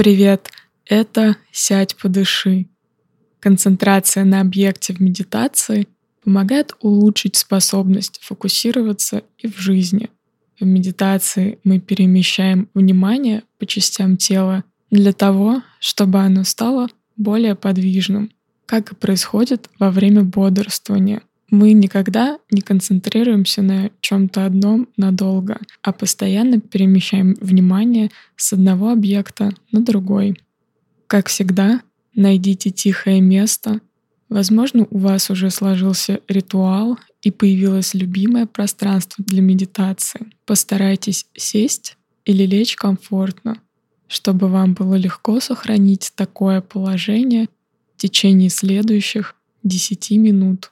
Привет! Это «Сядь, подыши». Концентрация на объекте в медитации помогает улучшить способность фокусироваться и в жизни. В медитации мы перемещаем внимание по частям тела для того, чтобы оно стало более подвижным, как и происходит во время бодрствования. Мы никогда не концентрируемся на чем-то одном надолго, а постоянно перемещаем внимание с одного объекта на другой. Как всегда, найдите тихое место. Возможно, у вас уже сложился ритуал и появилось любимое пространство для медитации. Постарайтесь сесть или лечь комфортно, чтобы вам было легко сохранить такое положение в течение следующих 10 минут.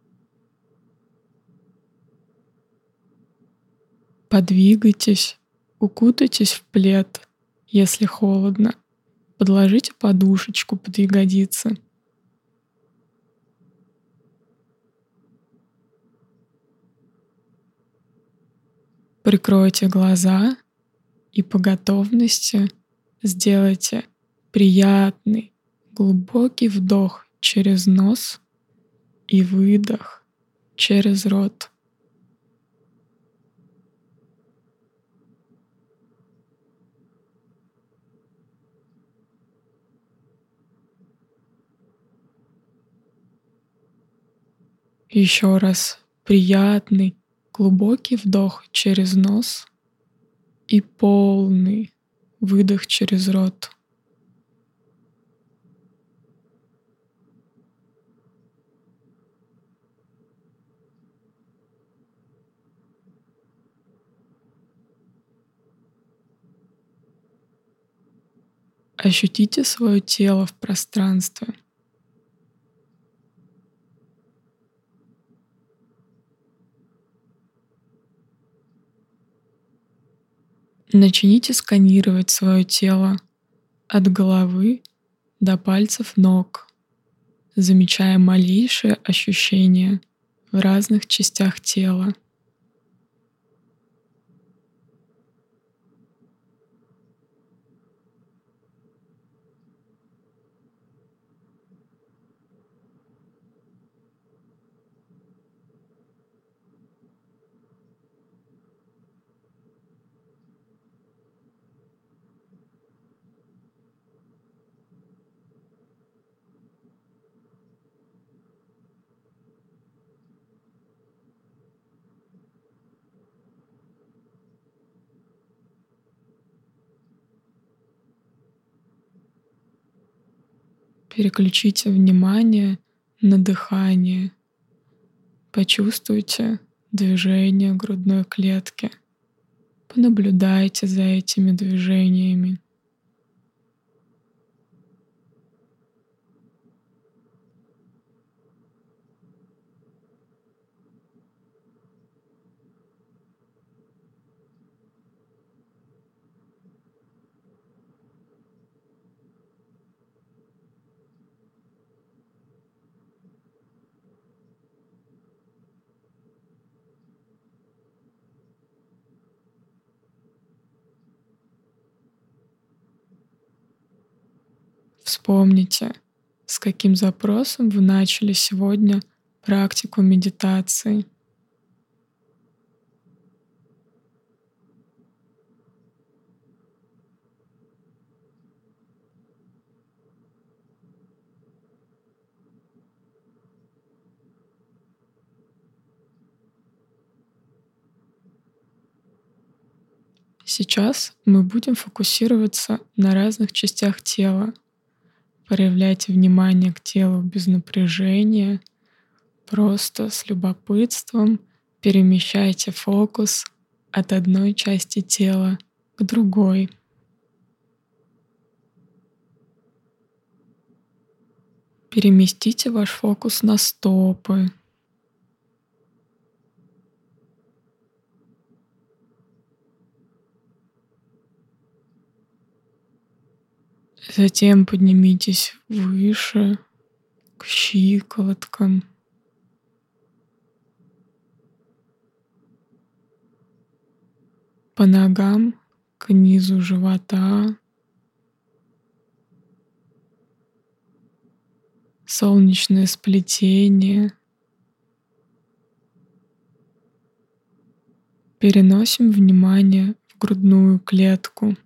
Подвигайтесь, укутайтесь в плед, если холодно. Подложите подушечку под ягодицы. Прикройте глаза и по готовности сделайте приятный, глубокий вдох через нос и выдох через рот. Еще раз приятный, глубокий вдох через нос и полный выдох через рот. Ощутите свое тело в пространстве. Начните сканировать свое тело от головы до пальцев ног, замечая малейшие ощущения в разных частях тела. Переключите внимание на дыхание. Почувствуйте движение грудной клетки. Понаблюдайте за этими движениями. Вспомните, с каким запросом вы начали сегодня практику медитации. Сейчас мы будем фокусироваться на разных частях тела. Проявляйте внимание к телу без напряжения, просто с любопытством перемещайте фокус от одной части тела к другой. Переместите ваш фокус на стопы. Затем поднимитесь выше, к щиколоткам. По ногам к низу живота. солнечное сплетение. Переносим внимание в грудную клетку.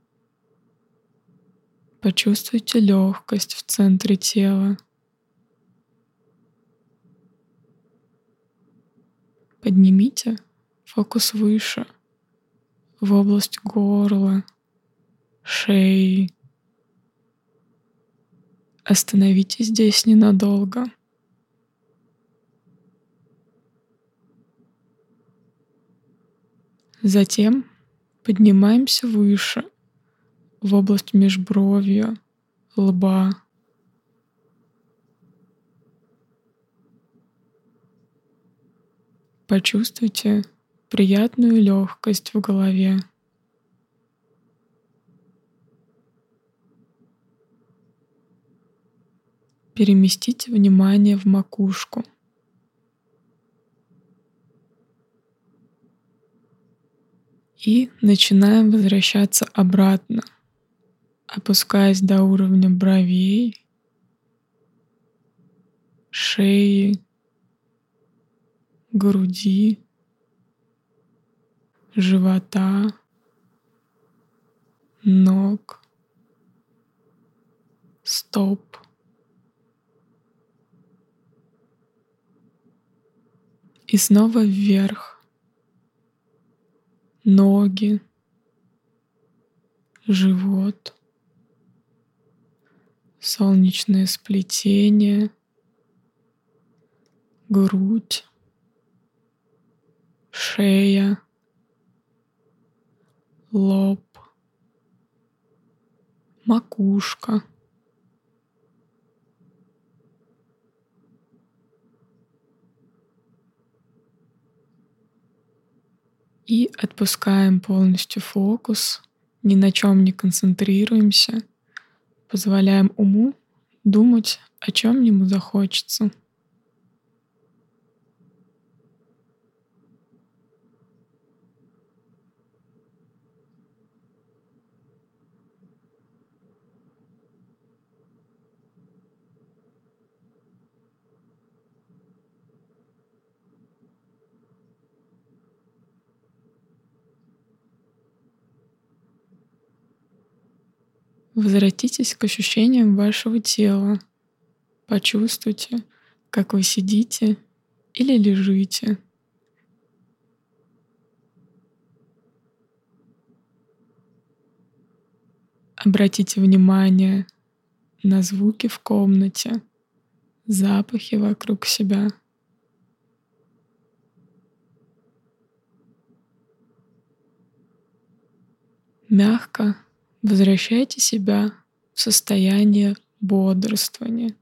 Почувствуйте легкость в центре тела. Поднимите фокус выше, в область горла, шеи. Остановитесь здесь ненадолго. Затем поднимаемся выше, в область межбровья, лба. Почувствуйте приятную легкость в голове. Переместите внимание в макушку. И начинаем возвращаться обратно, опускаясь до уровня бровей, шеи, груди, живота, ног, стоп. И снова вверх. Ноги, живот, солнечное сплетение, грудь, шея, лоб, макушка. И отпускаем полностью фокус, ни на чем не концентрируемся, позволяем уму думать, о чем ему захочется. Возвратитесь к ощущениям вашего тела. Почувствуйте, как вы сидите или лежите. Обратите внимание на звуки в комнате, запахи вокруг себя. Мягко возвращайте себя в состояние бодрствования.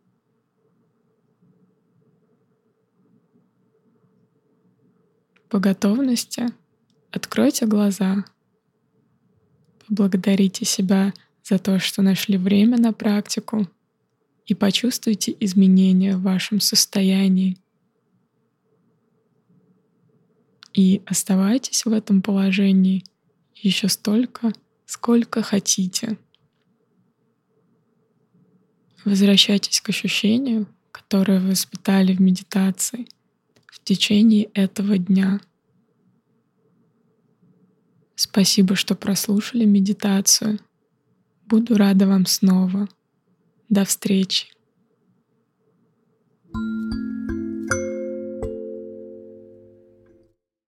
По готовности откройте глаза. Поблагодарите себя за то, что нашли время на практику, и почувствуйте изменения в вашем состоянии. И оставайтесь в этом положении еще столько, сколько хотите. Возвращайтесь к ощущению, которое вы испытали в медитации в течение этого дня. Спасибо, что прослушали медитацию. Буду рада вам снова. До встречи.